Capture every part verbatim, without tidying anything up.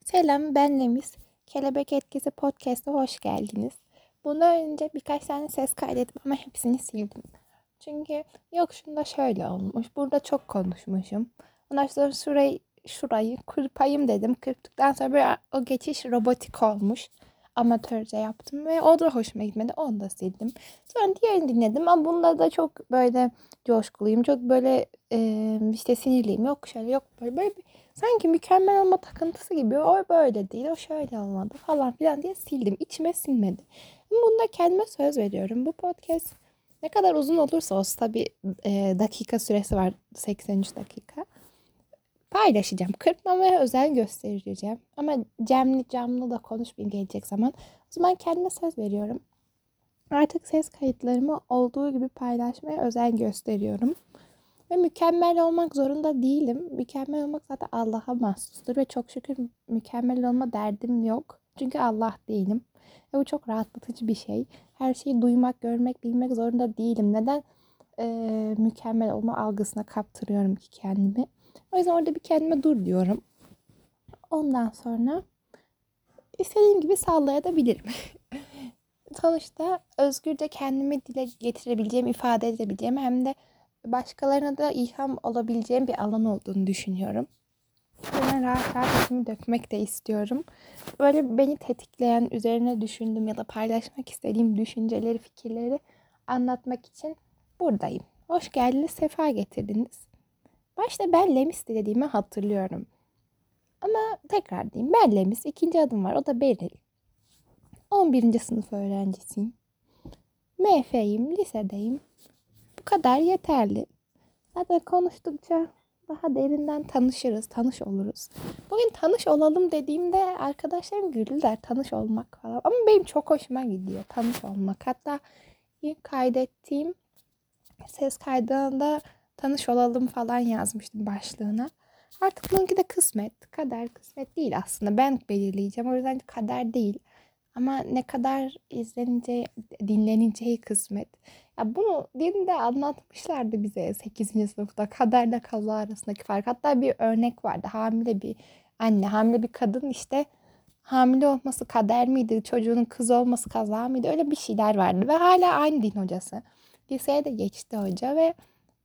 Selam, ben Lemis. Kelebek Etkisi Podcast'a hoş geldiniz. Bundan önce birkaç tane ses kaydettim ama hepsini sildim. Çünkü yok şunda şöyle olmuş, burada çok konuşmuşum. Ondan sonra şurayı, şurayı kırpayım dedim. Kırptıktan sonra böyle o geçiş robotik olmuş. Amatörce yaptım ve o da hoşuma gitmedi. Onu da sildim. Sonra diğerini dinledim ama bunda da çok böyle coşkuluyum. Çok böyle e, işte sinirliyim. Yok şöyle yok böyle. Böyle sanki mükemmel olma takıntısı gibi. O böyle değil, o şöyle olmadı falan filan diye sildim. İçime sinmedi. Ama bunda kendime söz veriyorum. Bu podcast ne kadar uzun olursa olsun tabii e, dakika süresi var, seksen üç dakika. Paylaşacağım. Kırpmamaya özen göstereceğim. Ama cemli camlı da konuşmayayım gelecek zaman. O zaman kendime söz veriyorum. Artık ses kayıtlarımı olduğu gibi paylaşmaya özen gösteriyorum. Ve mükemmel olmak zorunda değilim. Mükemmel olmak zaten Allah'a mahsustur ve çok şükür mükemmel olma derdim yok. Çünkü Allah değilim. Ve bu çok rahatlatıcı bir şey. Her şeyi duymak, görmek, bilmek zorunda değilim. Neden eee, mükemmel olma algısına kaptırıyorum ki kendimi? O yüzden orada bir kendime dur diyorum. Ondan sonra istediğim gibi sallayabilirim. Sonuçta özgürce kendimi dile getirebileceğim, ifade edebileceğim hem de başkalarına da ilham olabileceğim bir alan olduğunu düşünüyorum. Ben rahat rahat içimi dökmek de istiyorum. Böyle beni tetikleyen, üzerine düşündüğüm ya da paylaşmak istediğim düşünceleri, fikirleri anlatmak için buradayım. Hoş geldiniz, sefa getirdiniz. Başta ben Lemis dediğimi hatırlıyorum. Ama tekrar diyeyim, ben Lemis. İkinci adım var, o da Beril. on birinci sınıf öğrencisiyim. M F'yim, lisedeyim. Bu kadar yeterli. Zaten konuştukça daha derinden tanışırız, tanış oluruz. Bugün tanış olalım dediğimde arkadaşlarım güldüler, tanış olmak falan. Ama benim çok hoşuma gidiyor tanış olmak. Hatta ilk kaydettiğim ses kaydında tanış olalım falan yazmıştım başlığına. Artık bununki de kısmet. Kader kısmet değil aslında. Ben belirleyeceğim. O yüzden kader değil. Ama ne kadar izlenince, dinlenince kısmet. Ya bunu dinde anlatmışlardı bize sekizinci sınıfta kaderle kaza arasındaki fark. Hatta bir örnek vardı. Hamile bir anne, hamile bir kadın işte hamile olması kader miydi, çocuğunun kız olması kaza mıydı? Öyle bir şeyler vardı ve hala aynı din hocası. Liseye de geçti hoca ve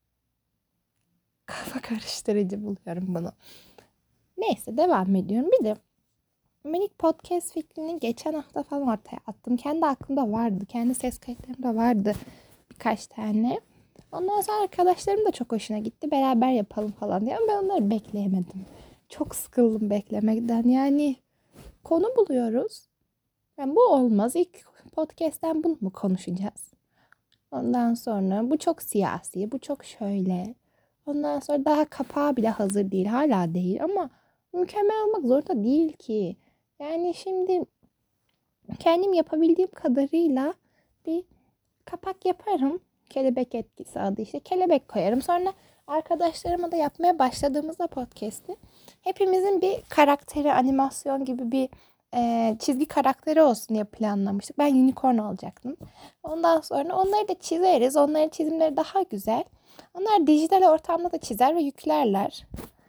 kafa karıştırıcı buluyorum bunu. Neyse devam ediyorum. Bir de minik podcast fikrini geçen hafta falan ortaya attım. Kendi aklımda vardı. Kendi ses kayıtlarımda vardı birkaç tane. Ondan sonra arkadaşlarım da çok hoşuna gitti. Beraber yapalım falan diye. Ama ben onları bekleyemedim. Çok sıkıldım beklemekten. Yani konu buluyoruz. Yani bu olmaz. İlk podcast'ten bunu mu konuşacağız? Ondan sonra bu çok siyasi, bu çok şöyle. Ondan sonra daha kapağı bile hazır değil. Hala değil ama mükemmel olmak zorunda değil ki. Yani şimdi kendim yapabildiğim kadarıyla bir kapak yaparım. Kelebek etkisi adı işte. Kelebek koyarım. Sonra arkadaşlarıma da yapmaya başladığımızda podcast'i hepimizin bir karakteri, animasyon gibi bir e, çizgi karakteri olsun diye planlamıştık. Ben unicorn alacaktım. Ondan sonra onları da çizeriz. Onların çizimleri daha güzel. Onlar dijital ortamda da çizer ve yüklerler.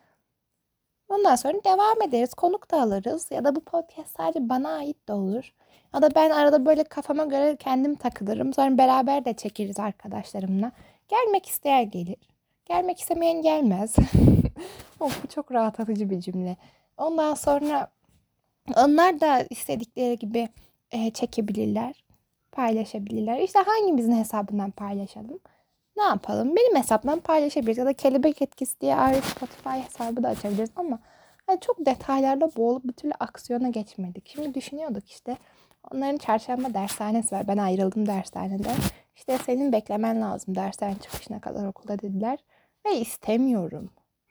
Ondan sonra devam ederiz. Konuk da alırız. Ya da bu podcast sadece bana ait de olur. Ya da ben arada böyle kafama göre kendim takılırım. Sonra beraber de çekeriz arkadaşlarımla. Gelmek isteyen gelir. Gelmek istemeyen gelmez. Of, bu çok rahatlatıcı bir cümle. Ondan sonra onlar da istedikleri gibi e, çekebilirler. Paylaşabilirler. İşte hangimizin hesabından paylaşalım? Ne yapalım? Benim hesaptan paylaşabiliriz. Ya da kelebek etkisi diye ayrı Spotify hesabı da açabiliriz ama hani çok detaylarda boğulup bir türlü aksiyona geçmedik. Şimdi düşünüyorduk işte. Onların çarşamba dershanesi var. Ben ayrıldım dershaneden. İşte senin beklemen lazım dershane çıkışına kadar okulda dediler. Ve istemiyorum.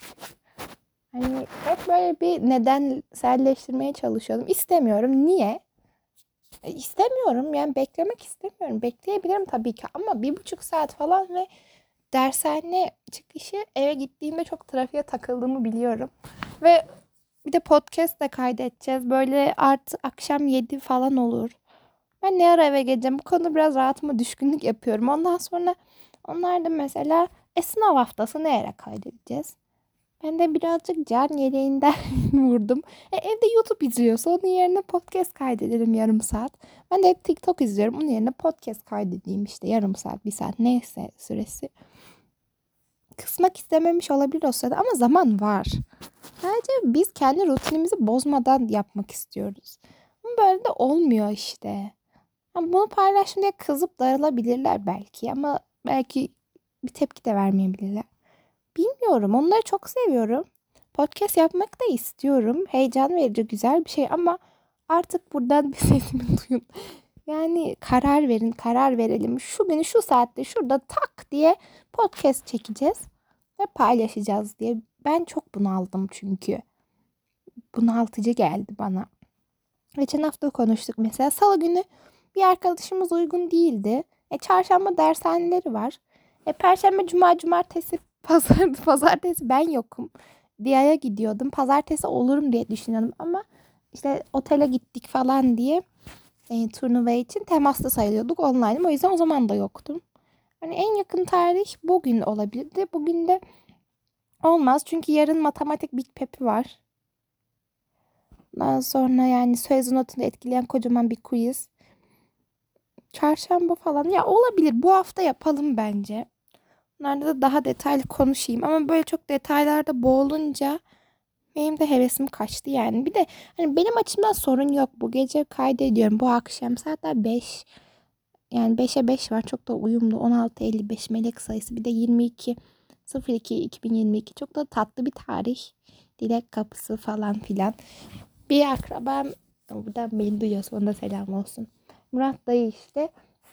Hani hep böyle bir nedenselleştirmeye çalışıyordum. İstemiyorum. Niye? E, istemiyorum. Yani beklemek istemiyorum. Bekleyebilirim tabii ki ama bir buçuk saat falan ve dershane çıkışı eve gittiğimde çok trafiğe takıldığımı biliyorum. Ve bir de podcast de kaydedeceğiz. Böyle artık akşam yedi falan olur. Ben ne ara eve geleceğim? Bu konuda biraz rahatıma düşkünlük yapıyorum. Ondan sonra onlar da mesela e, sınav haftası ne ara kaydedeceğiz? Ben de birazcık can yeleğinden vurdum. E, evde YouTube izliyorsa onun yerine podcast kaydedelim yarım saat. Ben de hep TikTok izliyorum. Onun yerine podcast kaydedeyim işte yarım saat, bir saat neyse süresi. Kısmak istememiş olabilir o sırada ama zaman var. Sadece biz kendi rutinimizi bozmadan yapmak istiyoruz. Ama böyle de olmuyor işte. Yani bunu paylaştım diye kızıp darılabilirler belki ama belki bir tepki de vermeyebilirler. Bilmiyorum. Onları çok seviyorum. Podcast yapmak da istiyorum. Heyecan verici, güzel bir şey ama artık buradan bir sesimi duyun. Yani karar verin, karar verelim. Şu günü şu saatte şurada tak diye podcast çekeceğiz ve paylaşacağız diye. Ben çok bunaldım çünkü. Bunaltıcı geldi bana. Geçen hafta konuştuk mesela. Salı günü bir arkadaşımız uygun değildi. E, çarşamba dershaneleri var. E, Perşembe, cuma, cumartesi, pazar, pazartesi ben yokum. Diya'ya gidiyordum. Pazartesi olurum diye düşünüyordum ama işte otele gittik falan diye e, turnuva için temaslı sayılıyorduk online. O yüzden o zaman da yoktum. Hani en yakın tarih bugün olabilirdi. Bugün de olmaz çünkü yarın matematik Big Pep'i var. Daha sonra yani söz notunu etkileyen kocaman bir quiz. Çarşamba falan ya olabilir. Bu hafta yapalım bence. Bunlarda da daha detaylı konuşayım. Ama böyle çok detaylarda boğulunca benim de hevesim kaçtı yani. Bir de hani benim açımdan sorun yok. Bu gece kaydediyorum. Bu akşam saatler beş. Yani beşe beş var. Çok da uyumlu. on altı elli beş melek sayısı. Bir de yirmi iki sıfır iki iki bin yirmi iki. Çok da tatlı bir tarih. Dilek kapısı falan filan. Bir akrabam buradan beni duyuyorsa ona da selam olsun. Murat dayı işte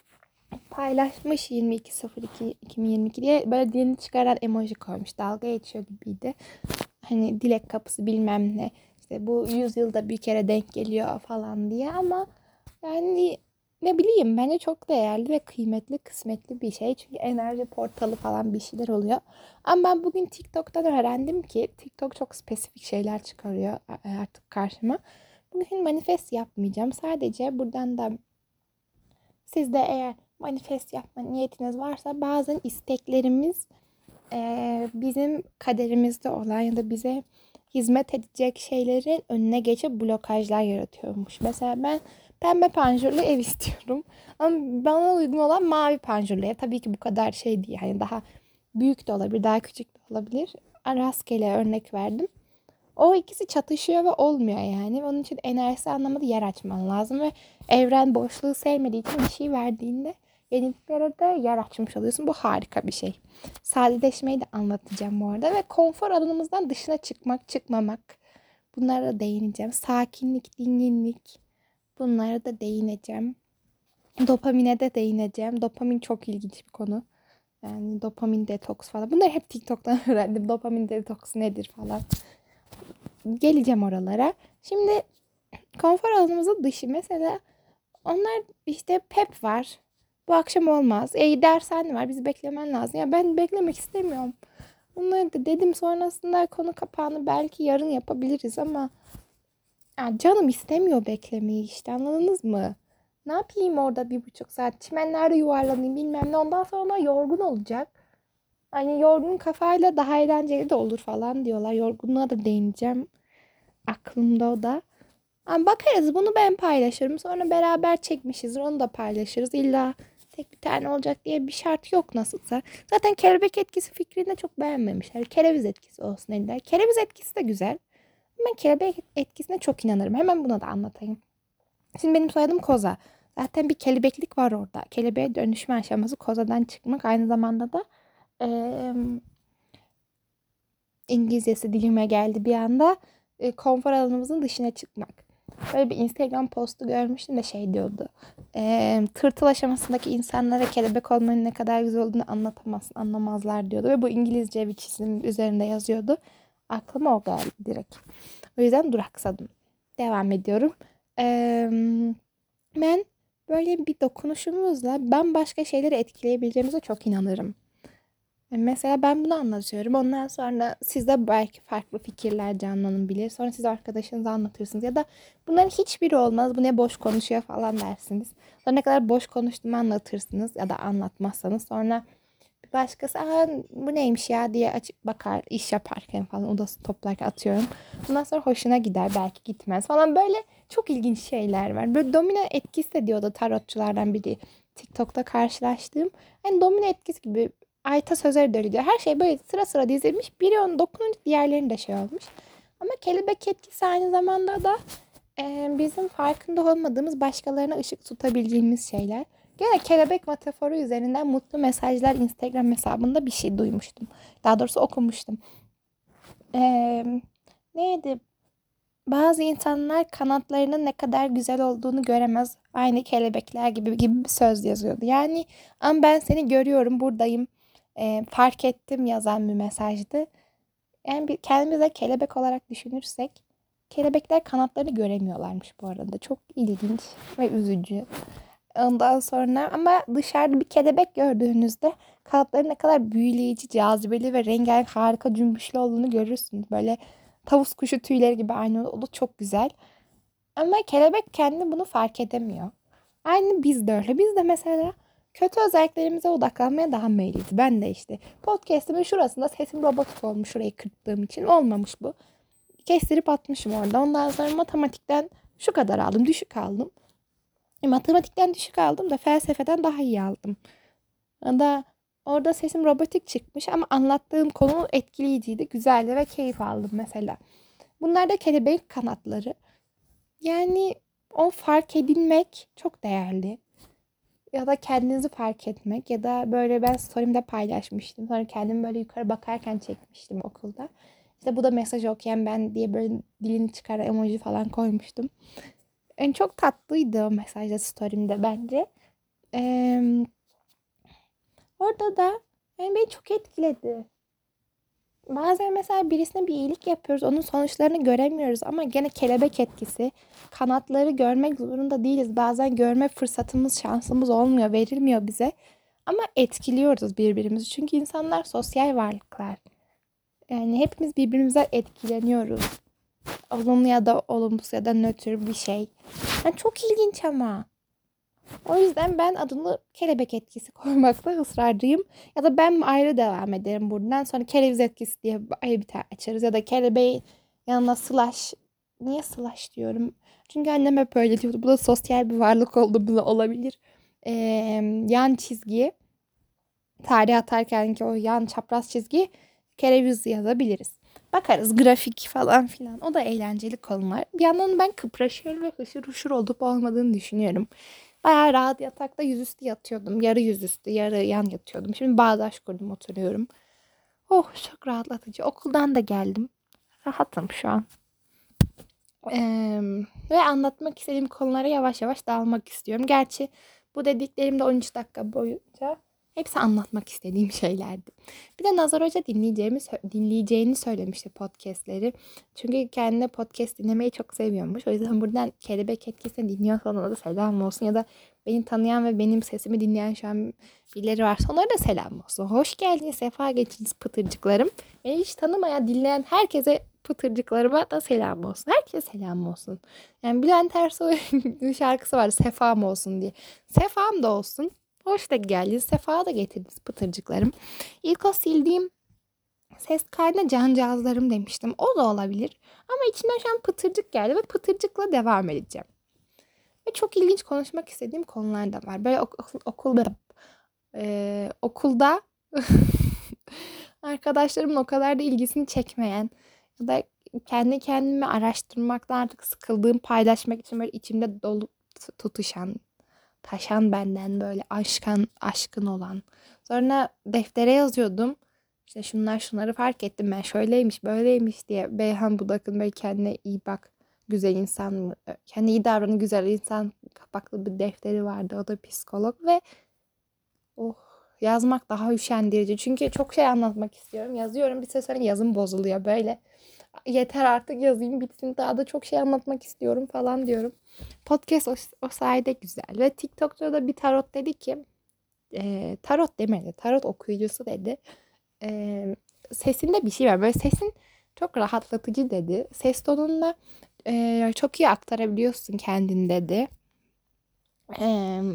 paylaşmış yirmi iki sıfır iki iki bin yirmi iki diye böyle dilini çıkaran emoji koymuş. Dalga geçiyor gibiydi. Hani dilek kapısı bilmem ne. İşte bu yüzyılda bir kere denk geliyor falan diye ama yani ne bileyim bence çok değerli ve kıymetli, kısmetli bir şey. Çünkü enerji portalı falan bir şeyler oluyor. Ama ben bugün TikTok'tan öğrendim ki TikTok çok spesifik şeyler çıkarıyor artık karşıma. Bugün manifest yapmayacağım. Sadece buradan da siz de eğer manifest yapma niyetiniz varsa bazen isteklerimiz eee, bizim kaderimizde olan ya da bize hizmet edecek şeylerin önüne geçip blokajlar yaratıyormuş. Mesela ben pembe panjurlu ev istiyorum. Ama bana uygun olan mavi panjurlu ev. Tabii ki bu kadar şey değil. Yani daha büyük de olabilir, daha küçük de olabilir. Rastgele örnek verdim. O ikisi çatışıyor ve olmuyor yani. Onun için enerjisi anlamında yer açman lazım ve evren boşluğu sevmediği için bir şey verdiğinde yeniliklere de yer açmış oluyorsun. Bu harika bir şey. Sadeleşmeyi de anlatacağım bu arada ve konfor alanımızdan dışına çıkmak, çıkmamak. Bunlara da değineceğim. Sakinlik, dinginlik. Bunlara da değineceğim. Dopamine de değineceğim. Dopamin çok ilginç bir konu. Yani dopamin detoks falan. Bunları hep TikTok'tan öğrendim. Dopamin detoks nedir falan. Geleceğim oralara. Şimdi konfor alanımızın dışı mesela onlar işte pep var. Bu akşam olmaz. E dershane var. Bizi beklemen lazım. Ya ben beklemek istemiyorum. Bunları da dedim sonrasında konu kapağını belki yarın yapabiliriz ama ya canım istemiyor beklemeyi işte anladınız mı? Ne yapayım orada bir buçuk saat çimenlerde yuvarlanayım bilmem ne ondan sonra yorgun olacak. Hani yorgun kafayla daha eğlenceli de olur falan diyorlar. Yorgunluğa da değineceğim. Aklımda o da. Ama bakarız bunu ben paylaşırım. Sonra beraber çekmişizdir onu da paylaşırız. İlla tek bir tane olacak diye bir şart yok nasılsa. Zaten kelebek etkisi fikrini de çok beğenmemişler. Kereviz etkisi olsun dediler. Kereviz etkisi de güzel. Ben kelebek etkisine çok inanırım. Hemen buna da anlatayım. Şimdi benim soyadım Koza. Zaten bir kelebeklik var orada. Kelebeğe dönüşme aşaması Koza'dan çıkmak. Aynı zamanda da eee, İngilizcesi dilime geldi bir anda. E, konfor alanımızın dışına çıkmak. Böyle bir Instagram postu görmüştüm de şey diyordu. E, tırtıl aşamasındaki insanlara kelebek olmanın ne kadar güzel olduğunu anlatamazsın, anlamazlar diyordu. Ve bu İngilizce bir çizim üzerinde yazıyordu. Aklıma o geldi direkt. O yüzden duraksadım. Devam ediyorum. E, ben böyle bir dokunuşumuzla bambaşka şeyleri etkileyebileceğimize çok inanırım. Mesela ben bunu anlatıyorum. Ondan sonra sizde belki farklı fikirler canlanabilir. Sonra siz arkadaşınıza anlatırsınız. Ya da bunların hiçbiri olmaz. Bu ne boş konuşuyor falan dersiniz. Sonra ne kadar boş konuştuğumu anlatırsınız. Ya da anlatmazsanız. Sonra Başkası aa, bu neymiş ya diye açıp bakar iş yaparken falan, odası toplarken atıyorum. Ondan sonra hoşuna gider, belki gitmez falan, böyle çok ilginç şeyler var. Böyle domino etkisi de diyordu tarotçulardan biri TikTok'ta karşılaştığım. Hani domino etkisi gibi ayta sözleri de öyle diyor. Her şey böyle sıra sıra dizilmiş. Biri onu dokununca diğerlerinin de şey olmuş. Ama kelebek etkisi aynı zamanda da e, bizim farkında olmadığımız, başkalarına ışık tutabileceğimiz şeyler. Gene kelebek metaforu üzerinden mutlu mesajlar Instagram hesabında bir şey duymuştum. Daha doğrusu okumuştum. Ee, neydi? Bazı insanlar kanatlarının ne kadar güzel olduğunu göremez. Aynı kelebekler gibi gibi bir söz yazıyordu. Yani ama ben seni görüyorum, buradayım, ee, fark ettim yazan bir mesajdı. Yani bir, kendimize kelebek olarak düşünürsek, kelebekler kanatlarını göremiyorlarmış bu arada. Çok ilginç ve üzücü. Ondan sonra ama dışarıda bir kelebek gördüğünüzde kanatları ne kadar büyüleyici, cazibeli ve rengarenk, harika, cümbüşlü olduğunu görürsünüz. Böyle tavus kuşu tüyleri gibi, aynı, o da çok güzel. Ama kelebek kendi bunu fark edemiyor. Aynı biz de öyle. Biz de mesela kötü özelliklerimize odaklanmaya daha meyilliyiz. Ben de işte podcast'imin şurasında sesim robotik olmuş, şurayı kırptığım için olmamış bu. Kestirip atmışım orada. Ondan sonra matematikten şu kadar aldım, düşük aldım. E, matematikten düşük aldım da felsefeden daha iyi aldım. Da orada sesim robotik çıkmış ama anlattığım konu etkileyiciydi, güzeldi ve keyif aldım mesela. Bunlar da kelebeğin kanatları. Yani o fark edilmek çok değerli. Ya da kendinizi fark etmek, ya da böyle ben story'imde paylaşmıştım. Sonra kendimi böyle yukarı bakarken çekmiştim okulda. İşte bu da mesaj okuyan ben diye böyle dilini çıkar emoji falan koymuştum. Yani çok tatlıydı o mesajda, story'imde bence. Ee, orada da yani beni çok etkiledi. Bazen mesela birisine bir iyilik yapıyoruz, onun sonuçlarını göremiyoruz ama gene kelebek etkisi. Kanatları görmek zorunda değiliz. Bazen görme fırsatımız, şansımız olmuyor, verilmiyor bize. Ama etkiliyoruz birbirimizi. Çünkü insanlar sosyal varlıklar. Yani hepimiz birbirimizden etkileniyoruz. Olumlu ya da olumsuz ya da nötr bir şey. Yani çok ilginç ama. O yüzden ben adını kelebek etkisi koymakta ısrarcıyım. Ya da ben ayrı devam ederim buradan. Sonra kereviz etkisi diye ayrı bir tane açarız. Ya da kelebeğin yanına slash. Niye slash diyorum? Çünkü annem hep öyle diyordu. Bu da sosyal bir varlık olduğumuz olabilir. Ee, yan çizgiyi, tarih atarken ki o yan çapraz çizgi, kereviz yazabiliriz. Bakarız, grafik falan filan. O da eğlenceli konular. Bir yandan ben kıpraşıyorum ve hışır huşur olup olmadığını düşünüyorum. Bayağı rahat yatakta yüzüstü yatıyordum. Yarı yüzüstü, yarı yan yatıyordum. Şimdi bağdaş kurdum, oturuyorum. Oh, çok rahatlatıcı. Okuldan da geldim. Rahatım şu an. Ee, ve anlatmak istediğim konulara yavaş yavaş dalmak istiyorum. Gerçi bu dediklerimde on üç dakika boyunca hepsi anlatmak istediğim şeylerdi. Bir de Nazar Hoca dinleyeceğimi, dinleyeceğini söylemişti podcastleri. Çünkü kendine podcast dinlemeyi çok seviyormuş. O yüzden buradan kelebek etkisini dinliyorsa ona da selam olsun. Ya da beni tanıyan ve benim sesimi dinleyen şu an birileri varsa onlara da selam olsun. Hoş geldiniz, sefa geçiniz pıtırcıklarım. Beni hiç tanımayan, dinleyen herkese, pıtırcıklarıma da selam olsun. Herkese selam olsun. Yani Bülent Ersoy'un şarkısı var, sefam olsun diye. Sefam da olsun. Hoş da geldiniz. Sefa da getirdiniz pıtırcıklarım. İlk o sildiğim ses kaydına cancağızlarım demiştim. O da olabilir. Ama içimden şu an pıtırcık geldi ve pıtırcıkla devam edeceğim. Ve çok ilginç konuşmak istediğim konular da var. Böyle ok- okulda e, okulda arkadaşlarımın o kadar da ilgisini çekmeyen ya da kendi kendime araştırmaktan artık sıkıldığım, paylaşmak için böyle içimde dolu tutuşan, taşan, benden böyle aşkın aşkın olan. Sonra deftere yazıyordum. İşte şunlar şunları fark ettim, ben şöyleymiş böyleymiş diye. Beyhan Budak'ın böyle kendine iyi bak, güzel insan mı? Kendine iyi davranın, güzel insan kapaklı bir defteri vardı. O da psikolog ve oh, yazmak daha üşendirici. Çünkü çok şey anlatmak istiyorum. Yazıyorum, bir süre sonra yazım bozuluyor böyle. Yeter artık, yazayım bitsin, daha da çok şey anlatmak istiyorum falan diyorum. Podcast o, o sayede güzel. Ve TikTok'ta da bir tarot dedi ki, e, tarot demedi, tarot okuyucusu dedi. E, sesinde bir şey var. Böyle sesin çok rahatlatıcı dedi. Ses tonunla e, çok iyi aktarabiliyorsun kendini dedi. E,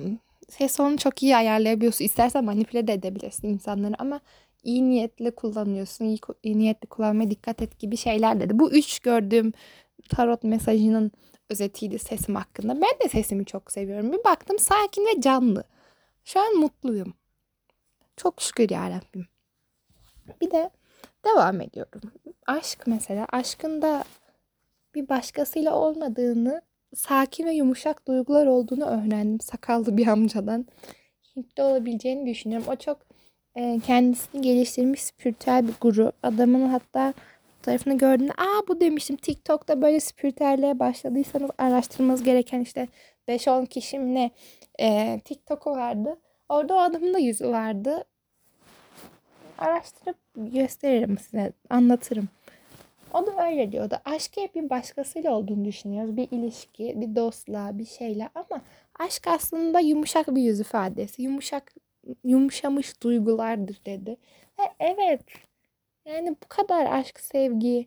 ses tonunu çok iyi ayarlayabiliyorsun. İstersen manipüle de edebilirsin insanları ama iyi niyetli kullanıyorsun. İyi, iyi niyetli kullanmaya dikkat et gibi şeyler dedi. Bu üç gördüğüm tarot mesajının özetiydi sesim hakkında. Ben de sesimi çok seviyorum. Bir baktım sakin ve canlı. Şu an mutluyum. Çok şükür yarabbim. Bir de devam ediyorum. Aşk mesela. Aşkın da bir başkasıyla olmadığını, sakin ve yumuşak duygular olduğunu öğrendim sakallı bir amcadan. Hintli olabileceğini düşünüyorum. O çok e, kendisini geliştirmiş spiritüel bir guru. Adamın hatta fotoğrafını gördüğümde aa bu demiştim. TikTok'ta böyle spiritüelliğe başladıysanız araştırmanız gereken işte beş on kişi mi ne e, TikTok'u vardı. Orada o adamın da yüzü vardı. Araştırıp gösteririm size, anlatırım. O da öyle diyordu. Aşkı hep bir başkasıyla olduğunu düşünüyoruz. Bir ilişki, bir dostla, bir şeyle ama aşk aslında yumuşak bir yüz ifadesi. Yumuşak, yumuşamış duygulardır dedi. Ve evet, yani bu kadar aşk, sevgi,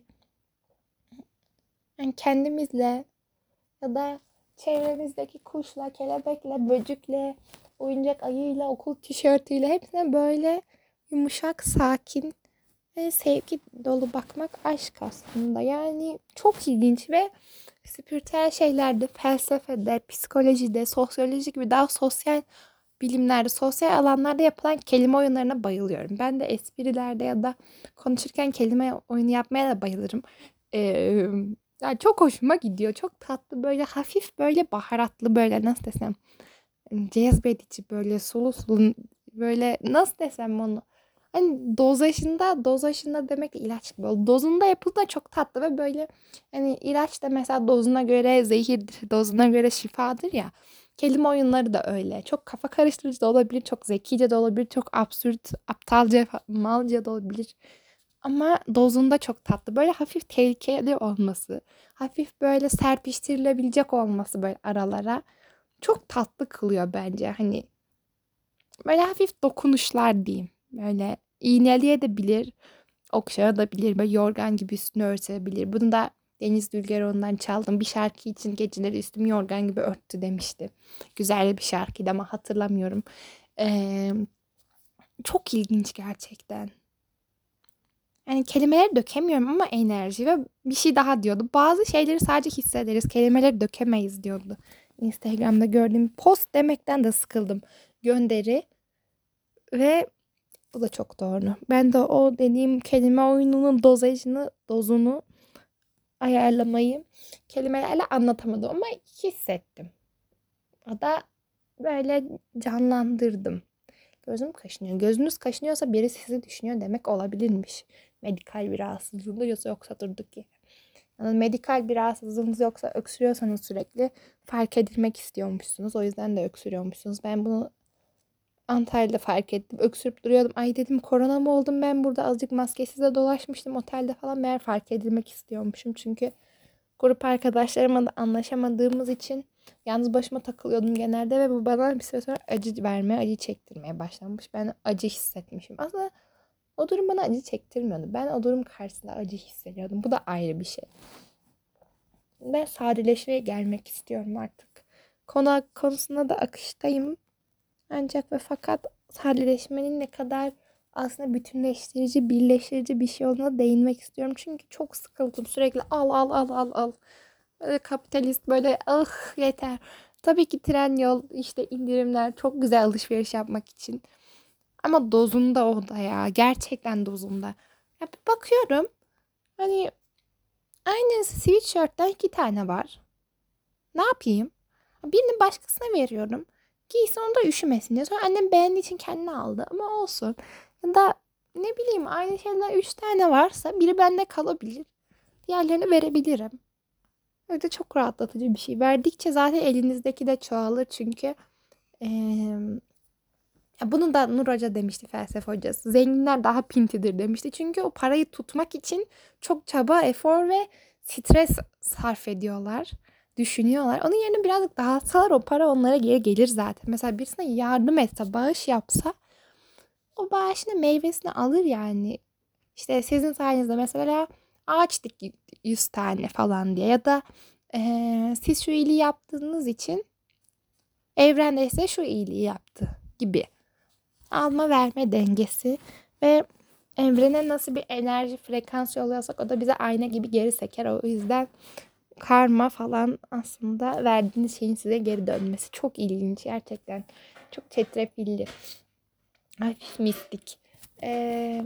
yani kendimizle ya da çevremizdeki kuşla, kelebekle, böcekle, oyuncak ayıyla, okul tişörtüyle hepsine böyle yumuşak, sakin ve sevgi dolu bakmak aşk aslında. Yani çok ilginç ve spiritüel şeylerde, felsefede, psikolojide, sosyoloji gibi daha sosyal bilimlerde, sosyal alanlarda yapılan kelime oyunlarına bayılıyorum. Ben de esprilerde ya da konuşurken kelime oyunu yapmaya da bayılırım. Ee, Yani çok hoşuma gidiyor. Çok tatlı böyle hafif böyle baharatlı böyle nasıl desem cezbedici böyle sulu sulu böyle nasıl desem onu. Hani dozajında dozajında demek de ilaç gibi oldu. Dozunda yapıldığı çok tatlı ve böyle hani ilaç da mesela dozuna göre zehirdir, dozuna göre şifadır ya. Kelime oyunları da öyle. Çok kafa karıştırıcı da olabilir, çok zekice de olabilir, çok absürt, aptalca, malca da olabilir. Ama dozunda çok tatlı. Böyle hafif tehlikeli olması, hafif böyle serpiştirilebilecek olması böyle aralara çok tatlı kılıyor bence. Hani böyle hafif dokunuşlar diyeyim. Böyle iğneleyebilir, okşayabilir, böyle yorgan gibi üstünü örtebilir. Bunu da Deniz Dülgeroğlu'ndan çaldım. Bir şarkı için geceleri üstümü yorgan gibi örttü demişti. Güzel bir şarkıydı ama hatırlamıyorum. Ee, Çok ilginç gerçekten. Yani kelimeleri dökemiyorum ama enerji ve bir şey daha diyordu. Bazı şeyleri sadece hissederiz, kelimeleri dökemeyiz diyordu. Instagram'da gördüğüm post demekten de sıkıldım. Gönderi ve bu da çok doğru. Ben de o dediğim kelime oyununun dozajını, dozunu ayarlamayı kelimelerle anlatamadım ama hissettim. O da böyle canlandırdım. Gözüm kaşınıyor. Gözünüz kaşınıyorsa biri sizi düşünüyor demek olabilirmiş. Medikal bir rahatsızlığında yoksa yoksa durduk yere. Yani medikal bir rahatsızlığınız yoksa öksürüyorsanız sürekli fark edilmek istiyormuşsunuz. O yüzden de öksürüyormuşsunuz. Ben bunu Antalya'da fark ettim. Öksürüp duruyordum. Ay dedim korona mı oldum ben burada azıcık maskesiz de dolaşmıştım otelde falan. Meğer fark edilmek istiyormuşum. Çünkü grup arkadaşlarımla da anlaşamadığımız için yalnız başıma takılıyordum genelde ve bu bana bir süre sonra acı vermeye, acı çektirmeye başlamış. Ben acı hissetmişim. Aslında o durum bana acı çektirmiyordu. Ben o durum karşısında acı hissediyordum. Bu da ayrı bir şey. Ben sadeleşmeye gelmek istiyorum artık. Konu konusunda da akıştayım. Ancak ve fakat sadeleşmenin ne kadar aslında bütünleştirici, birleştirici bir şey olduğuna değinmek istiyorum. Çünkü çok sıkıldım. Sürekli al al al al al. Böyle kapitalist böyle ah yeter. Tabii ki tren yol işte indirimler çok güzel alışveriş yapmak için. Ama dozunda o da ya. Gerçekten dozunda. Ya bir bakıyorum. Hani aynı sweatshirt'ten iki tane var. Ne yapayım? Birini başkasına veriyorum. Giysin onu da üşümesin diye. Sonra annem beğendiği için kendine aldı. Ama olsun. Ya da ne bileyim aynı şeyler üç tane varsa biri bende kalabilir. Diğerlerini verebilirim. Öyle çok rahatlatıcı bir şey. Verdikçe zaten elinizdeki de çoğalır. Çünkü eee, bunu da Nur Hoca demişti felsefe hocası. Zenginler daha pintidir demişti. Çünkü o parayı tutmak için çok çaba, efor ve stres sarf ediyorlar. Düşünüyorlar. Onun yerine birazcık dağıtsalar o para onlara geri gelir zaten. Mesela birisine yardım etse, bağış yapsa o bağışını meyvesini alır yani. İşte sizin sayenizde mesela ağaç dik yüz tane falan diye ya da eee, siz şu iyiliği yaptığınız için Evren de size şu iyiliği yaptı gibi. Alma verme dengesi ve evrene nasıl bir enerji frekansı yolluyorsak o da bize ayna gibi geri seker. O yüzden karma falan aslında verdiğiniz şeyin size geri dönmesi çok ilginç gerçekten. Çok çetrefilli. Hafif mistik. Ee,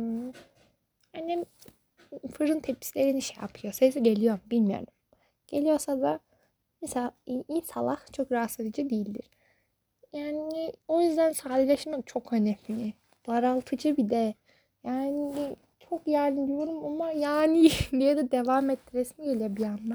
Annem fırın tepsilerini şey yapıyor. Sesi geliyor mu bilmiyorum. Geliyorsa da mesela inşallah çok rahatsız edici değildir. Yani o yüzden sadeleşmek çok önemli. Daraltıcı bir de. Yani çok yani diyorum ama yani diye de devam ettiresim geliyor bir yandan.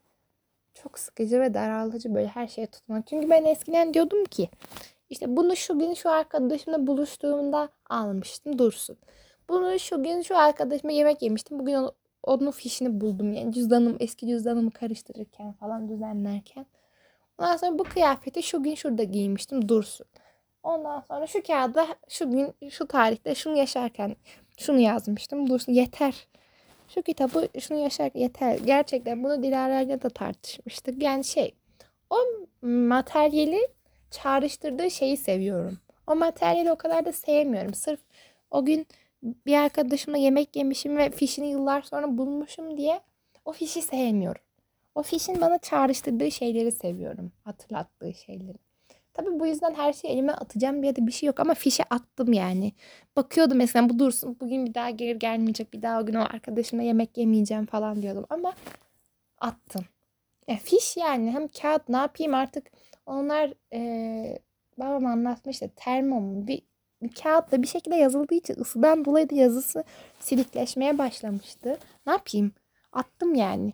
Çok sıkıcı ve daraltıcı böyle her şeye tutmak. Çünkü ben eskiden diyordum ki işte bunu şu gün şu arkadaşımla buluştuğumda almıştım dursun. Bunu şu gün şu arkadaşıma yemek yemiştim. Bugün onu, onun fişini buldum. Yani cüzdanım eski cüzdanımı karıştırırken falan düzenlerken. Ondan sonra bu kıyafeti şu gün şurada giymiştim dursun. Ondan sonra şu kağıda şu gün şu tarihte şunu yaşarken şunu yazmıştım dursun yeter. Şu kitabı şunu yaşarken yeter. Gerçekten bunu Dilara'yla da tartışmıştık. Yani şey o materyali çağrıştırdığı şeyi seviyorum. O materyali o kadar da sevmiyorum. Sırf o gün bir arkadaşımla yemek yemişim ve fişini yıllar sonra bulmuşum diye o fişi sevmiyorum. O fişin bana çağrıştırdığı şeyleri seviyorum. Hatırlattığı şeyleri. Tabii bu yüzden her şeyi elime atacağım diye de bir şey yok ama fişe attım yani. Bakıyordum mesela bu dursun bugün bir daha gelir gelmeyecek bir daha o gün o arkadaşımla yemek yemeyeceğim falan diyordum ama attım. Ya fiş yani hem kağıt ne yapayım artık onlar eee babam anlatmıştı termo mu bir, bir kağıtla bir şekilde yazıldığı için ısıdan dolayı da yazısı silikleşmeye başlamıştı. Ne yapayım? Attım yani.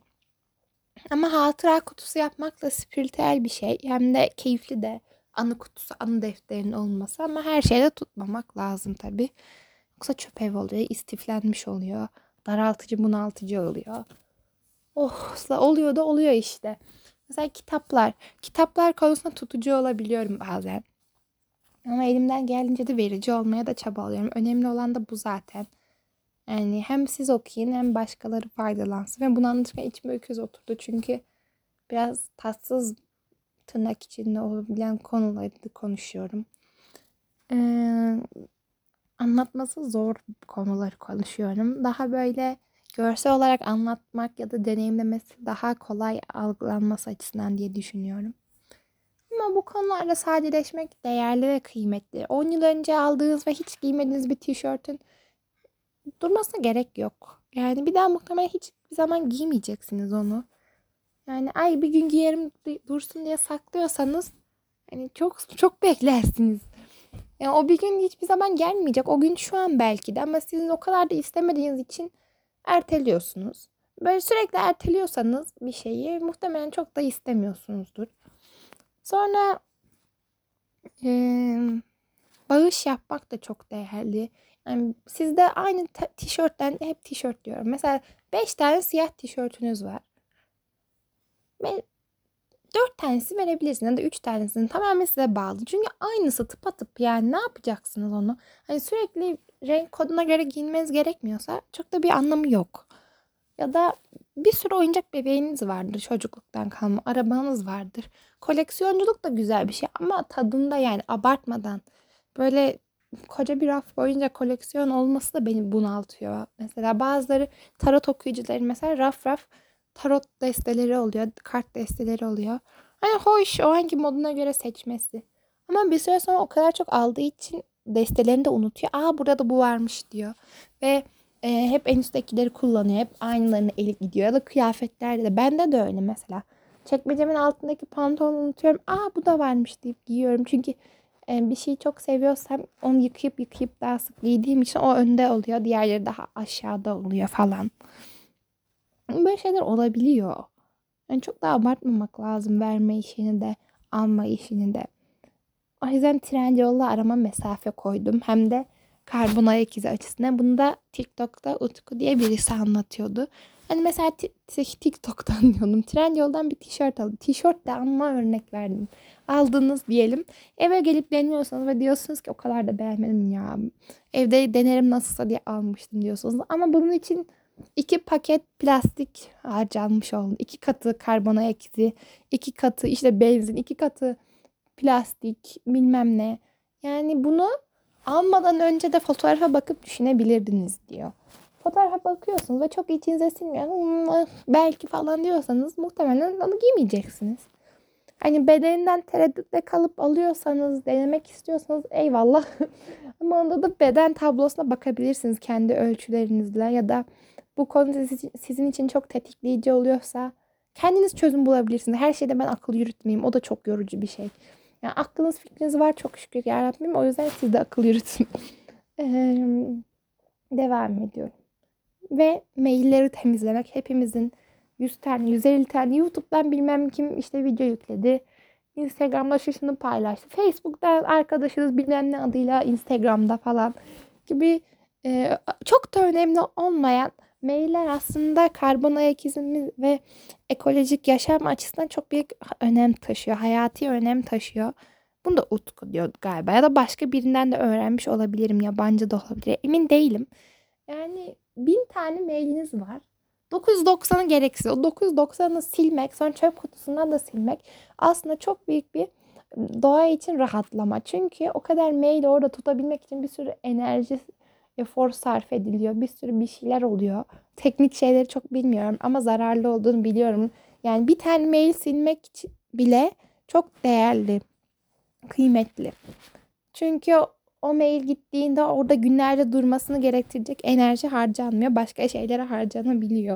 Ama hatıra kutusu yapmak da spiritüel bir şey. Hem de keyifli de anı kutusu, anı defterinin olması ama her şeyde tutmamak lazım tabii. Yoksa çöp ev oluyor, istiflenmiş oluyor, daraltıcı, bunaltıcı oluyor. Oh, oluyor da oluyor işte. Mesela kitaplar. Kitaplar konusunda tutucu olabiliyorum bazen. Ama elimden geldiğince de verici olmaya da çabalıyorum. Önemli olan da bu zaten. Yani hem siz okuyun hem başkaları faydalansın. Ve bunu anlatırken içime öküz oturdu. Çünkü biraz tatsız tırnak içinde olabilen konuları da konuşuyorum. Ee, Anlatması zor konuları konuşuyorum. Daha böyle görsel olarak anlatmak ya da deneyimlemesi daha kolay algılanması açısından diye düşünüyorum. Ama bu konularla sadeleşmek değerli ve kıymetli. on yıl önce aldığınız ve hiç giymediğiniz bir tişörtün durmasına gerek yok. Yani bir daha muhtemelen hiçbir zaman giymeyeceksiniz onu. Yani ay bir gün giyerim dursun diye saklıyorsanız hani çok çok beklersiniz. Yani o bir gün hiçbir zaman gelmeyecek. O gün şu an belki de ama sizin o kadar da istemediğiniz için erteliyorsunuz. Böyle sürekli erteliyorsanız bir şeyi muhtemelen çok da istemiyorsunuzdur. Sonra eee, bağış yapmak da çok değerli. Yani sizde aynı ta- tişörtten hep tişört diyorum. Mesela beş tane siyah tişörtünüz var. Ve dört tanesi verebilirsiniz ya da üç tanesini tamamen size bağlı. Çünkü aynısı tıpatıp yani ne yapacaksınız onu? Hani sürekli renk koduna göre giyinmeniz gerekmiyorsa çok da bir anlamı yok. Ya da bir sürü oyuncak bebeğiniz vardır çocukluktan kalma. Arabanız vardır. Koleksiyonculuk da güzel bir şey ama tadında yani abartmadan. Böyle koca bir raf boyunca koleksiyon olması da beni bunaltıyor. Mesela bazıları tarot okuyucuları mesela raf raf tarot desteleri oluyor, kart desteleri oluyor. Hani hoş o hangi moduna göre seçmesi. Ama bir süre sonra o kadar çok aldığı için destelerini de unutuyor. Aa burada da bu varmış diyor. Ve e, hep en üsttekileri kullanıyor. Hep aynılarını elip gidiyor. Ya da kıyafetlerde de. Bende de öyle mesela. Çekmecemin altındaki pantolonu unutuyorum. Aa bu da varmış deyip giyiyorum. Çünkü e, bir şeyi çok seviyorsam onu yıkayıp yıkayıp daha sık giydiğim için o önde oluyor. Diğerleri daha aşağıda oluyor falan. Böyle şeyler olabiliyor. Yani çok da abartmamak lazım verme işini de alma işini de. O yüzden Trendyol'la arama mesafe koydum. Hem de karbon ayak izi açısından. Bunu da TikTok'ta Utku diye birisi anlatıyordu. Hani mesela ti- ti- TikTok'tan diyordum. Trendyol'dan bir tişört aldım. Tişört de ama örnek verdim. Aldınız diyelim. Eve gelip deniyorsanız ve diyorsunuz ki o kadar da beğenmedim ya. Evde denerim nasılsa diye almıştım diyorsunuz. Ama bunun için iki paket plastik harcanmış oldu. İki katı karbon ayak izi, iki katı işte benzin, iki katı plastik, bilmem ne. Yani bunu almadan önce de fotoğrafa bakıp düşünebilirdiniz diyor. Fotoğrafa bakıyorsunuz ve çok içinize sinmiyor. "Hmm, belki falan diyorsanız muhtemelen onu giymeyeceksiniz. Hani bedeninden tereddütle kalıp alıyorsanız, denemek istiyorsanız eyvallah. Ama onda da beden tablosuna bakabilirsiniz kendi ölçülerinizle ya da bu konu sizin için çok tetikleyici oluyorsa kendiniz çözüm bulabilirsiniz. Her şeyde ben akıl yürütmeyeyim. O da çok yorucu bir şey. Yani aklınız fikriniz var çok şükür yarabbim. O yüzden siz de akıl yürütün. Devam ediyorum. Ve mailleri temizlemek hepimizin yüz tane, yüz elli tane YouTube'dan bilmem kim işte video yükledi. Instagram'da şunu paylaştı. Facebook'tan arkadaşınız bilmem ne adıyla Instagram'da falan gibi e, çok da önemli olmayan mailler aslında karbon ayak izimiz ve ekolojik yaşam açısından çok büyük önem taşıyor. Hayati önem taşıyor. Bunu da Utku diyor galiba. Ya da başka birinden de öğrenmiş olabilirim. Yabancı da olabilir. Emin değilim. Yani bin tane mailiniz var. dokuz yüz doksanı gereksiz. O dokuz yüz doksanı silmek, sonra çöp kutusundan da silmek aslında çok büyük bir doğa için rahatlama. Çünkü o kadar mail orada tutabilmek için bir sürü enerji, efor sarf ediliyor. Bir sürü bir şeyler oluyor. Teknik şeyleri çok bilmiyorum ama zararlı olduğunu biliyorum. Yani bir tane mail silmek için bile çok değerli, kıymetli. Çünkü o, o mail gittiğinde orada günlerce durmasını gerektirecek enerji harcanmıyor. Başka şeylere harcanabiliyor.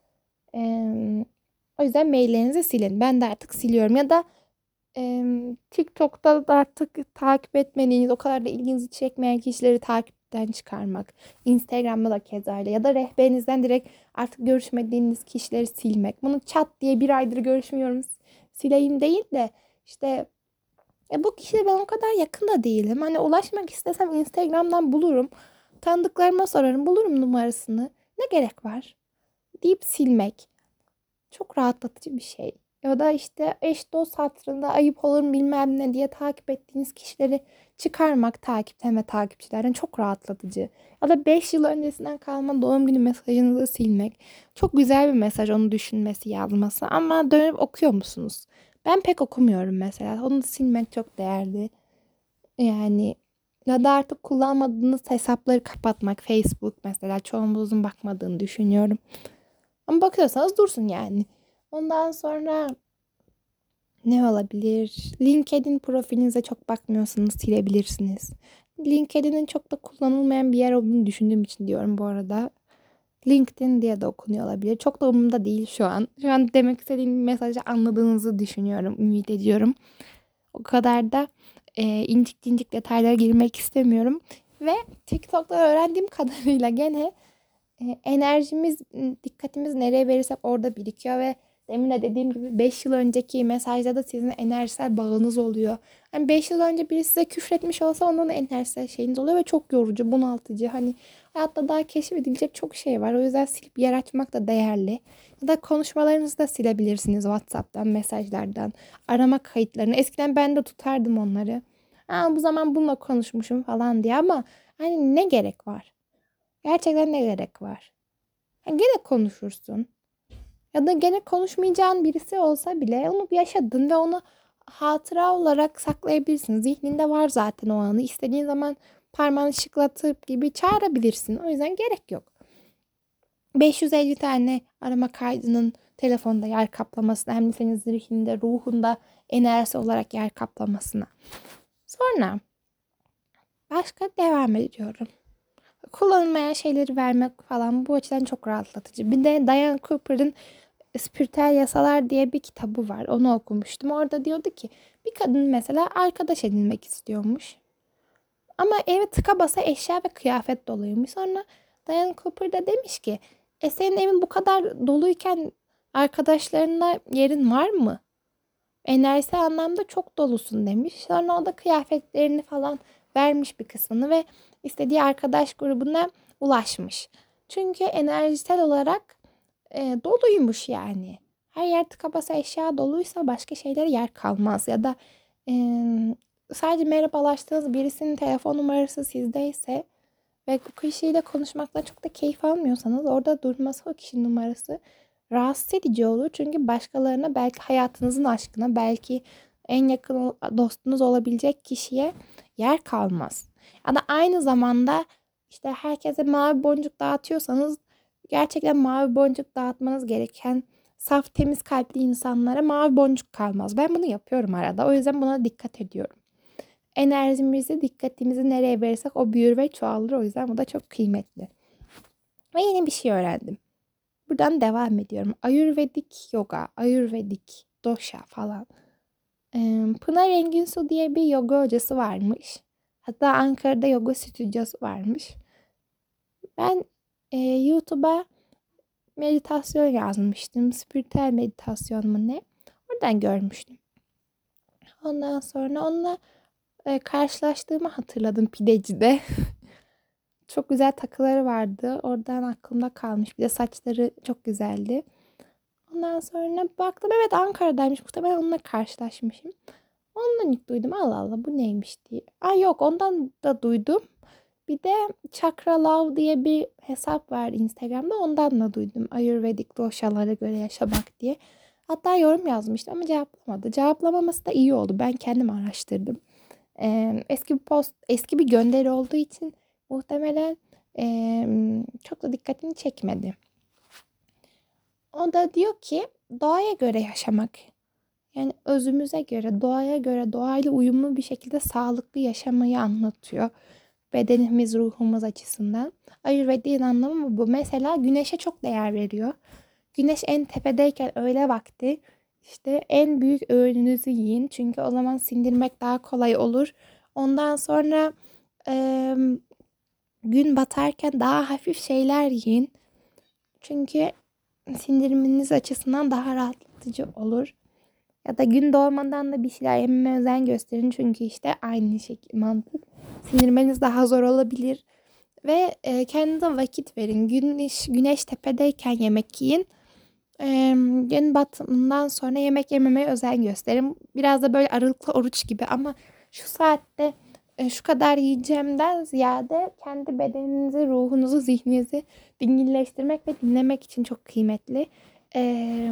Ee, O yüzden maillerinizi silin. Ben de artık siliyorum. Ya da e, TikTok'ta da artık takip etmediğiniz, o kadar da ilginizi çekmeyen kişileri takipten çıkarmak. Instagram'da da keza öyle. Ya da rehberinizden direkt artık görüşmediğiniz kişileri silmek. Bunu çat diye bir aydır görüşmüyorum sileyim değil de işte e bu kişiyle ben o kadar yakın da değilim. Hani ulaşmak istesem Instagram'dan bulurum. Tanıdıklarıma sorarım. Bulurum numarasını. Ne gerek var? Deyip silmek. Çok rahatlatıcı bir şey. Ya da işte eş dost hatırında ayıp olur mu bilmem ne diye takip ettiğiniz kişileri çıkarmak takipten ve takipçilerden çok rahatlatıcı. Ya da beş yıl öncesinden kalma doğum günü mesajınızı silmek. Çok güzel bir mesaj onu düşünmesi, yazması ama dönüp okuyor musunuz? Ben pek okumuyorum mesela. Onu da silmek çok değerli. Yani ya da artık kullanmadığınız hesapları kapatmak. Facebook mesela çoğumuzun bakmadığını düşünüyorum. Ama bakıyorsanız dursun yani. Ondan sonra ne olabilir? LinkedIn profilinize çok bakmıyorsanız silebilirsiniz. LinkedIn'in çok da kullanılmayan bir yer olduğunu düşündüğüm için diyorum bu arada. LinkedIn diye de okunuyor olabilir. Çok da umurumda değil şu an. Şu an demek istediğim mesajı anladığınızı düşünüyorum, ümit ediyorum. O kadar da e, incik incik detaylara girmek istemiyorum. Ve TikTok'ta öğrendiğim kadarıyla gene e, enerjimiz, dikkatimiz nereye verirsek orada birikiyor ve demin de dediğim gibi beş yıl önceki mesajda da sizin enerjisel bağınız oluyor. Hani beş yıl önce biri size küfretmiş olsa ondan da enerjisel şeyiniz oluyor ve çok yorucu, bunaltıcı. Hani hayatta daha keşfedilecek çok şey var. O yüzden silip yer açmak da değerli. Ya da konuşmalarınızı da silebilirsiniz WhatsApp'tan, mesajlardan, arama kayıtlarını. Eskiden ben de tutardım onları. Aa, bu zaman bununla konuşmuşum falan diye ama hani ne gerek var? Gerçekten ne gerek var? Ha, gene konuşursun. Ya da gene konuşmayacağın birisi olsa bile onu yaşadın ve onu hatıra olarak saklayabilirsin. Zihninde var zaten o anı. İstediğin zaman parmağını şıklatıp gibi çağırabilirsin. O yüzden gerek yok. beş yüz elli tane arama kaydının telefonda yer kaplamasına hem de senin zihninde, ruhunda enerjisi olarak yer kaplamasına. Sonra başka devam ediyorum. Kullanılmayan şeyleri vermek falan bu açıdan çok rahatlatıcı. Bir de Diane Cooper'ın Spiritüel Yasalar diye bir kitabı var. Onu okumuştum. Orada diyordu ki bir kadın mesela arkadaş edinmek istiyormuş. Ama evi tıka basa eşya ve kıyafet doluymuş. Sonra Diane Cooper da demiş ki e senin evin bu kadar doluyken arkadaşlarına yerin var mı? Enerjisel anlamda çok dolusun demiş. Sonra o da kıyafetlerini falan vermiş bir kısmını ve istediği arkadaş grubuna ulaşmış. Çünkü enerjisel olarak e, doluymuş yani. Her yer tıka basa eşya doluysa başka şeylere yer kalmaz. Ya da e, sadece merhabalaştığınız birisinin telefon numarası sizdeyse ve o kişiyle konuşmaktan çok da keyif almıyorsanız orada durması o kişinin numarası rahatsız edici olur. Çünkü başkalarına belki hayatınızın aşkına belki en yakın dostunuz olabilecek kişiye yer kalmaz. Ya da aynı zamanda işte herkese mavi boncuk dağıtıyorsanız gerçekten mavi boncuk dağıtmanız gereken saf temiz kalpli insanlara mavi boncuk kalmaz. Ben bunu yapıyorum arada. O yüzden buna dikkat ediyorum. Enerjimizi, dikkatimizi nereye verirsek o büyür ve çoğalır. O yüzden bu da çok kıymetli. Ve yeni bir şey öğrendim. Buradan devam ediyorum. Ayurvedik yoga, Ayurvedik dosha falan. Ee, Pınar Enginsu diye bir yoga hocası varmış. Hatta Ankara'da yoga stüdyosu varmış. Ben e, YouTube'a meditasyon yazmıştım. Spiritüel meditasyon mu ne? Oradan görmüştüm. Ondan sonra onunla e, karşılaştığımı hatırladım pidecide. Çok güzel takıları vardı. Oradan aklımda kalmış. Bir de saçları çok güzeldi. Ondan sonra baktım, evet Ankara'daymış. Muhtemelen onunla karşılaşmışım. Ondan ilk duydum. Allah Allah bu neymiş diye. Ay yok, ondan da duydum. Bir de Chakra Love diye bir hesap var Instagram'da. Ondan da duydum. Ayurvedik doshalara göre yaşamak diye. Hatta yorum yazmıştı ama cevaplamadı. Cevaplamaması da iyi oldu. Ben kendim araştırdım. Ee, eski bir post, eski bir gönderi olduğu için muhtemelen ee, çok da dikkatini çekmedi. O da diyor ki doğaya göre yaşamak. Yani özümüze göre, doğaya göre, doğayla uyumlu bir şekilde sağlıklı yaşamayı anlatıyor. Bedenimiz, ruhumuz açısından. Ayurvedik'in anlamı bu. Mesela güneşe çok değer veriyor. Güneş en tepedeyken öğle vakti işte en büyük öğününüzü yiyin. Çünkü o zaman sindirmek daha kolay olur. Ondan sonra e, gün batarken daha hafif şeyler yiyin. Çünkü sindiriminiz açısından daha rahatlatıcı olur. Ya da gün doğmadan da bir şeyler yememe özen gösterin. Çünkü işte aynı şekilde mantık. Sindirmeniz daha zor olabilir. Ve e, kendinize vakit verin. Güneş, güneş tepedeyken yemek yiyin. E, gün batımından sonra yemek yememeye özen gösterin. Biraz da böyle aralıklı oruç gibi ama şu saatte e, şu kadar yiyeceğimden ziyade kendi bedeninizi, ruhunuzu, zihninizi dinginleştirmek ve dinlemek için çok kıymetli. Eee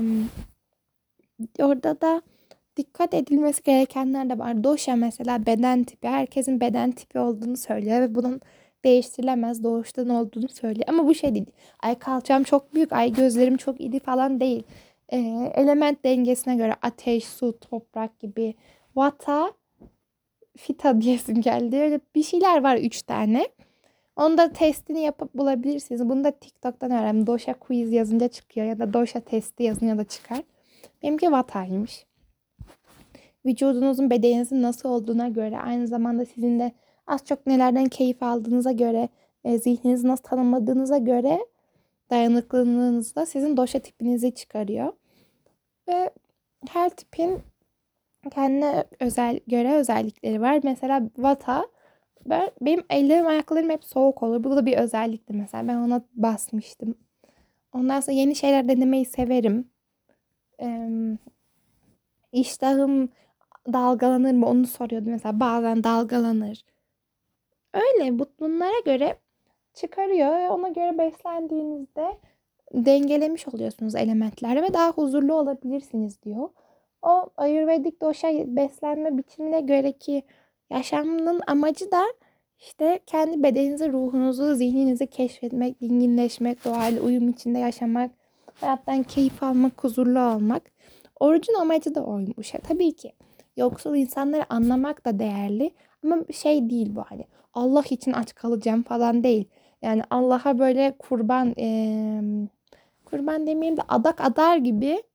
Orada da dikkat edilmesi gerekenler de var. Dosha mesela beden tipi. Herkesin beden tipi olduğunu söylüyor ve bunun değiştirilemez doğuştan olduğunu söylüyor. Ama bu şey değil. Ay kalçam çok büyük, ay gözlerim çok iri falan değil. Ee, element dengesine göre ateş, su, toprak gibi. Vata, fita diyesim geldi. Öyle bir şeyler var üç tane. Onu da testini yapıp bulabilirsiniz. Bunu da TikTok'tan öğrendim. Dosha quiz yazınca çıkıyor ya da dosha testi yazınca da çıkar. Benimki vataymış. Vücudunuzun, bedeninizin nasıl olduğuna göre, aynı zamanda sizin de az çok nelerden keyif aldığınıza göre, e, zihninizi nasıl tanımladığınıza göre dayanıklılığınızda sizin dosha tipinizi çıkarıyor. Ve her tipin kendine özel göre özellikleri var. Mesela vata, ben, benim ellerim ayaklarım hep soğuk olur. Bu da bir özellikti mesela. Ben ona basmıştım. Ondan sonra yeni şeyler denemeyi severim. Ee, iştahım dalgalanır mı onu soruyordu mesela. Bazen dalgalanır. Öyle bu- bunlara göre çıkarıyor ve ona göre beslendiğinizde dengelemiş oluyorsunuz elementlerle ve daha huzurlu olabilirsiniz diyor. O Ayurvedik dosha beslenme biçimine göre ki yaşamının amacı da işte kendi bedeninizi, ruhunuzu, zihninizi keşfetmek, dinginleşmek, doğayla uyum içinde yaşamak, hayattan keyif almak, huzurlu olmak. Orucun amacı da oymuş. Ya, tabii ki yoksul insanları anlamak da değerli ama bir şey değil bu hani. Allah için aç kalacağım falan değil. Yani Allah'a böyle kurban eee, kurban demeyeyim de adak adar gibi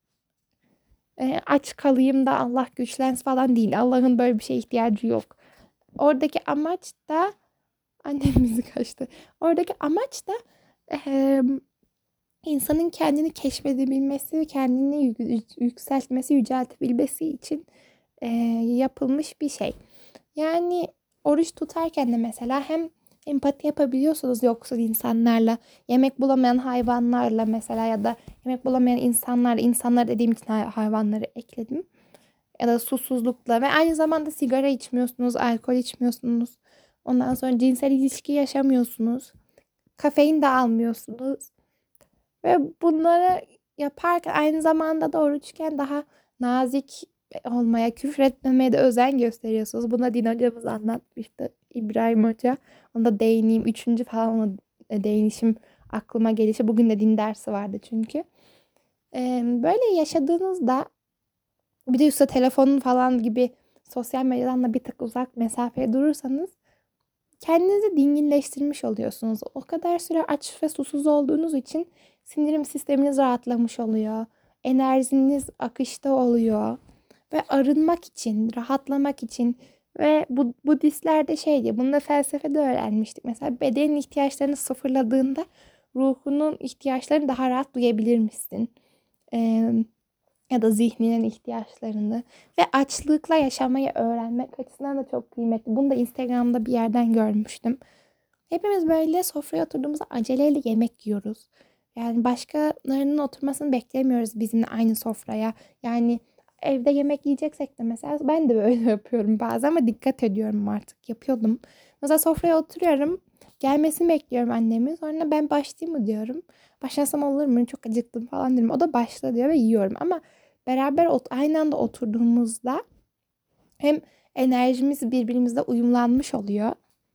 e, aç kalayım da Allah güçlensin falan değil. Allah'ın böyle bir şeye ihtiyacı yok. Oradaki amaç da annem müzik açtı. Oradaki amaç da eee, insanın kendini keşfedebilmesi, kendini yük- yükseltmesi, yüceltebilmesi için eee, yapılmış bir şey. Yani oruç tutarken de mesela hem empati yapabiliyorsunuz yoksul insanlarla, yemek bulamayan hayvanlarla mesela ya da yemek bulamayan insanlarla, insanlar dediğim için hay- hayvanları ekledim. Ya da susuzlukla ve aynı zamanda sigara içmiyorsunuz, alkol içmiyorsunuz. Ondan sonra cinsel ilişki yaşamıyorsunuz. Kafein de almıyorsunuz. Ve bunları yaparken aynı zamanda da oruçken daha nazik olmaya, küfür etmemeye de özen gösteriyorsunuz. Buna din hocamız anlatmıştı. İbrahim Hoca. Ona da değineyim. Üçüncü falan ona değinişim aklıma gelişi. Bugün de din dersi vardı çünkü. Ee, böyle yaşadığınızda bir de üstte telefonun falan gibi sosyal medyadan da bir tık uzak mesafeye durursanız kendinizi dinginleştirmiş oluyorsunuz. O kadar süre aç ve susuz olduğunuz için sindirim sisteminiz rahatlamış oluyor. Enerjiniz akışta oluyor. Ve arınmak için, rahatlamak için ve bu Budistler de şeydi, bunu da felsefede öğrenmiştik. Mesela bedenin ihtiyaçlarını sıfırladığında ruhunun ihtiyaçlarını daha rahat duyabilir misin? Ee, Ya da zihninin ihtiyaçlarını ve açlıkla yaşamayı öğrenmek açısından da çok kıymetli. Bunu da Instagram'da bir yerden görmüştüm. Hepimiz böyle sofraya oturduğumuzda aceleyle yemek yiyoruz. Yani başkalarının oturmasını beklemiyoruz bizimle aynı sofraya. Yani evde yemek yiyeceksek de mesela ben de böyle yapıyorum bazen ama dikkat ediyorum artık. Yapıyordum. Mesela sofraya oturuyorum. Gelmesini bekliyorum annemin. Sonra ben başlayayım mı diyorum. Başlasam olur mu? Çok acıktım falan diyorum. O da başla diyor ve yiyorum. Ama beraber ot- aynı anda oturduğumuzda hem enerjimiz birbirimizle uyumlanmış oluyor.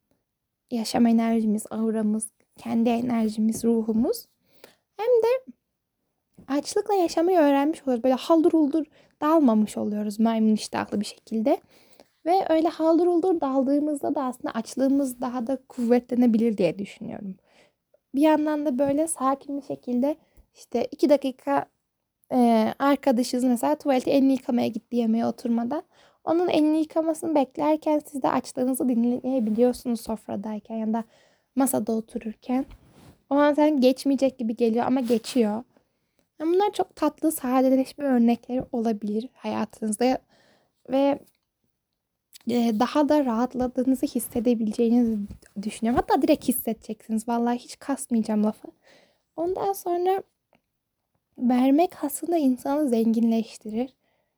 Yaşam enerjimiz, auramız, kendi enerjimiz, ruhumuz. Hem de açlıkla yaşamayı öğrenmiş oluyoruz. Böyle haldır uldur dalmamış oluyoruz maymun iştahlı bir şekilde. Ve öyle haldır uldur daldığımızda da aslında açlığımız daha da kuvvetlenebilir diye düşünüyorum. Bir yandan da böyle sakin bir şekilde işte iki dakika e, arkadaşınız mesela tuvalete elini yıkamaya gitti yemeğe oturmadan. Onun elini yıkamasını beklerken siz de açlığınızı dinleyebiliyorsunuz sofradayken ya da masada otururken. O an sen geçmeyecek gibi geliyor ama geçiyor. Yani bunlar çok tatlı sadeleşme örnekleri olabilir hayatınızda ve e, daha da rahatladığınızı hissedebileceğinizi düşünüyorum. Hatta direkt hissedeceksiniz. Vallahi hiç kasmayacağım lafı. Ondan sonra vermek aslında insanı zenginleştirir.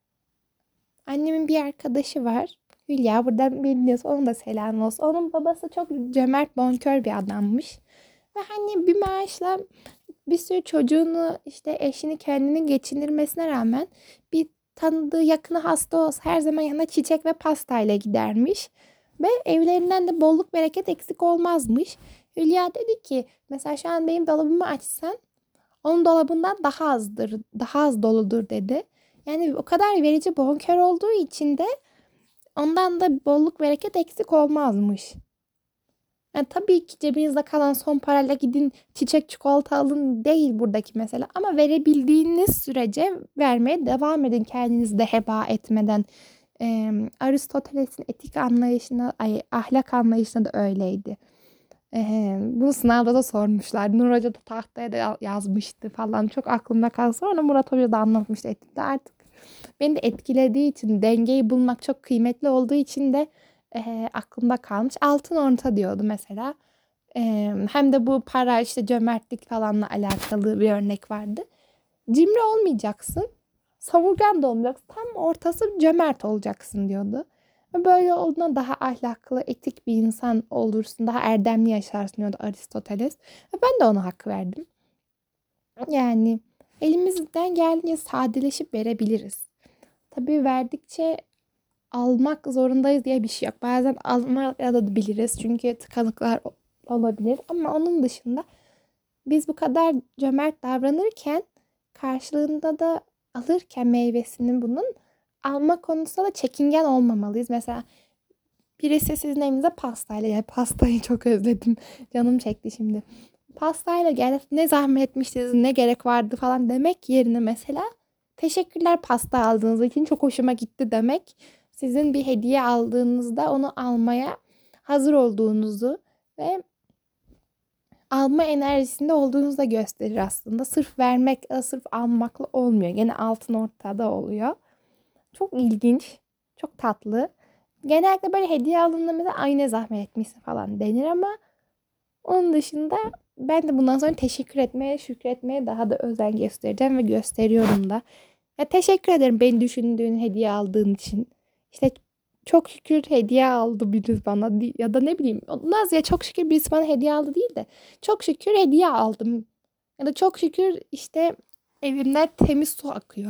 Annemin bir arkadaşı var. Hülya buradan bilmiyorsa onun da selam olsun. Onun babası çok cömert, bonkör bir adammış. Ve hani bir maaşla bir sürü çocuğunu işte eşini kendini geçindirmesine rağmen bir tanıdığı yakını hasta olsa her zaman yanına çiçek ve pastayla gidermiş. Ve evlerinden de bolluk bereket eksik olmazmış. Hülya dedi ki mesela şu an benim dolabımı açsan onun dolabından daha azdır, daha az doludur dedi. Yani o kadar verici bonkör olduğu için de ondan da bolluk bereket eksik olmazmış. Yani tabii ki cebinizde kalan son parayla gidin çiçek çikolata alın değil buradaki mesele. Ama verebildiğiniz sürece vermeye devam edin kendinizi de heba etmeden. Ee, Aristoteles'in etik anlayışına, ay, ahlak anlayışına da öyleydi. Ee, bunu sınavda da sormuşlar. Nur Hoca da tahtaya da yazmıştı falan. Çok aklımda kaldı. Sonra Murat Hoca da anlatmıştı etikte. Artık beni de etkilediği için, dengeyi bulmak çok kıymetli olduğu için de e, aklımda kalmış. Altın orta diyordu mesela. E, Hem de bu para işte cömertlik falanla alakalı bir örnek vardı. Cimri olmayacaksın. Savurgan da olmayacaksın. Tam ortası cömert olacaksın diyordu. Ve böyle olduğunda daha ahlaklı, etik bir insan olursun. Daha erdemli yaşarsın diyordu Aristoteles. Ve ben de ona hak verdim. Yani elimizden geldiğince sadeleşip verebiliriz. Tabii verdikçe almak zorundayız diye bir şey yok. Bazen almak da biliriz çünkü tıkanıklar olabilir. Ama onun dışında biz bu kadar cömert davranırken karşılığında da alırken meyvesini bunun alma konusunda da çekingen olmamalıyız. Mesela birisi sizin evinize pastayla gel. Pastayı çok özledim. Canım çekti şimdi. Pastayla gel. Ne zahmet etmiştiniz, ne gerek vardı falan demek yerine mesela teşekkürler pasta aldığınız için çok hoşuma gitti demek. Sizin bir hediye aldığınızda onu almaya hazır olduğunuzu ve alma enerjisinde olduğunuzu da gösterir aslında. Sırf vermek, sırf almakla olmuyor. Gene altın ortada oluyor. Çok ilginç, çok tatlı. Genellikle böyle hediye alındığında ay ne zahmet etmişsin falan denir ama onun dışında ben de bundan sonra teşekkür etmeye, şükretmeye daha da özen göstereceğim ve gösteriyorum da. Ya teşekkür ederim beni düşündüğün, hediye aldığın için. İşte çok şükür hediye aldı birisi bana ya da ne bileyim. Naz ya çok şükür birisi bana hediye aldı değil de çok şükür hediye aldım. Ya da çok şükür işte evimden temiz su akıyor.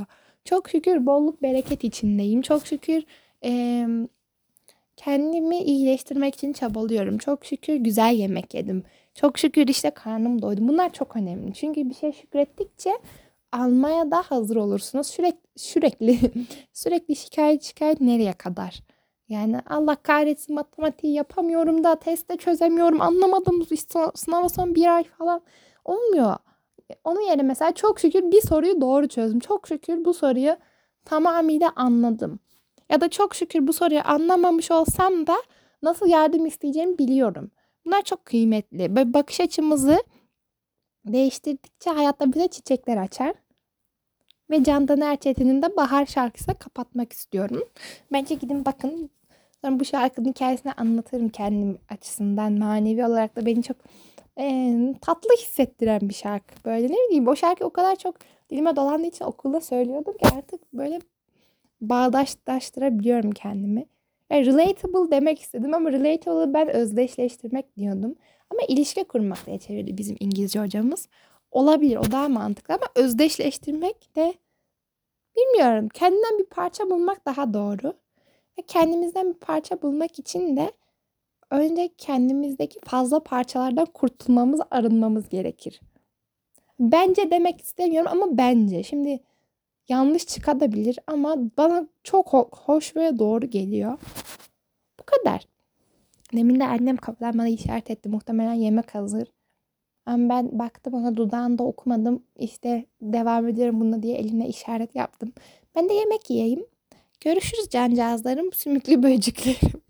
Çok şükür bolluk bereket içindeyim. Çok şükür eee, kendimi iyileştirmek için çabalıyorum. Çok şükür güzel yemek yedim. Çok şükür işte karnım doydu. Bunlar çok önemli. Çünkü bir şey şükrettikçe almaya da hazır olursunuz. Sürekli sürekli sürekli şikayet şikayet nereye kadar? Yani Allah kahretsin matematiği yapamıyorum da testte çözemiyorum. Anlamadım sı- sınava son bir ay falan. Olmuyor. Onun yerine mesela çok şükür bir soruyu doğru çözdüm. Çok şükür bu soruyu tamamıyla anladım. Ya da çok şükür bu soruyu anlamamış olsam da nasıl yardım isteyeceğimi biliyorum. Bunlar çok kıymetli. Böyle bakış açımızı değiştirdikçe hayatta bize çiçekler açar. Ve Candan Erçetin'in de Bahar şarkısıyla kapatmak istiyorum. Bence gidin bakın. Sonra bu şarkının hikayesini anlatırım kendim açısından. Manevi olarak da beni çok e, tatlı hissettiren bir şarkı. Böyle ne bileyim o şarkı o kadar çok dilime dolandığı için okulda söylüyordum ki artık böyle bağdaşlaştırabiliyorum kendimi. Yani relatable demek istedim ama relatable'ı ben özdeşleştirmek diyordum. Ama ilişki kurmak diye çevirdi bizim İngilizce hocamız. Olabilir, o daha mantıklı ama özdeşleştirmek de bilmiyorum. Kendinden bir parça bulmak daha doğru. Ve kendimizden bir parça bulmak için de önce kendimizdeki fazla parçalardan kurtulmamız, arınmamız gerekir. Bence demek istemiyorum ama bence. Şimdi yanlış çıkabilir ama bana çok ho- hoş ve doğru geliyor. Bu kadar. Demin de annem kapıdan bana işaret etti. Muhtemelen yemek hazır. Ama ben baktım ona dudağında okumadım. İşte devam ediyorum bununla diye eline işaret yaptım. Ben de yemek yiyeyim. Görüşürüz cancağızlarım, sümüklü böceklerim.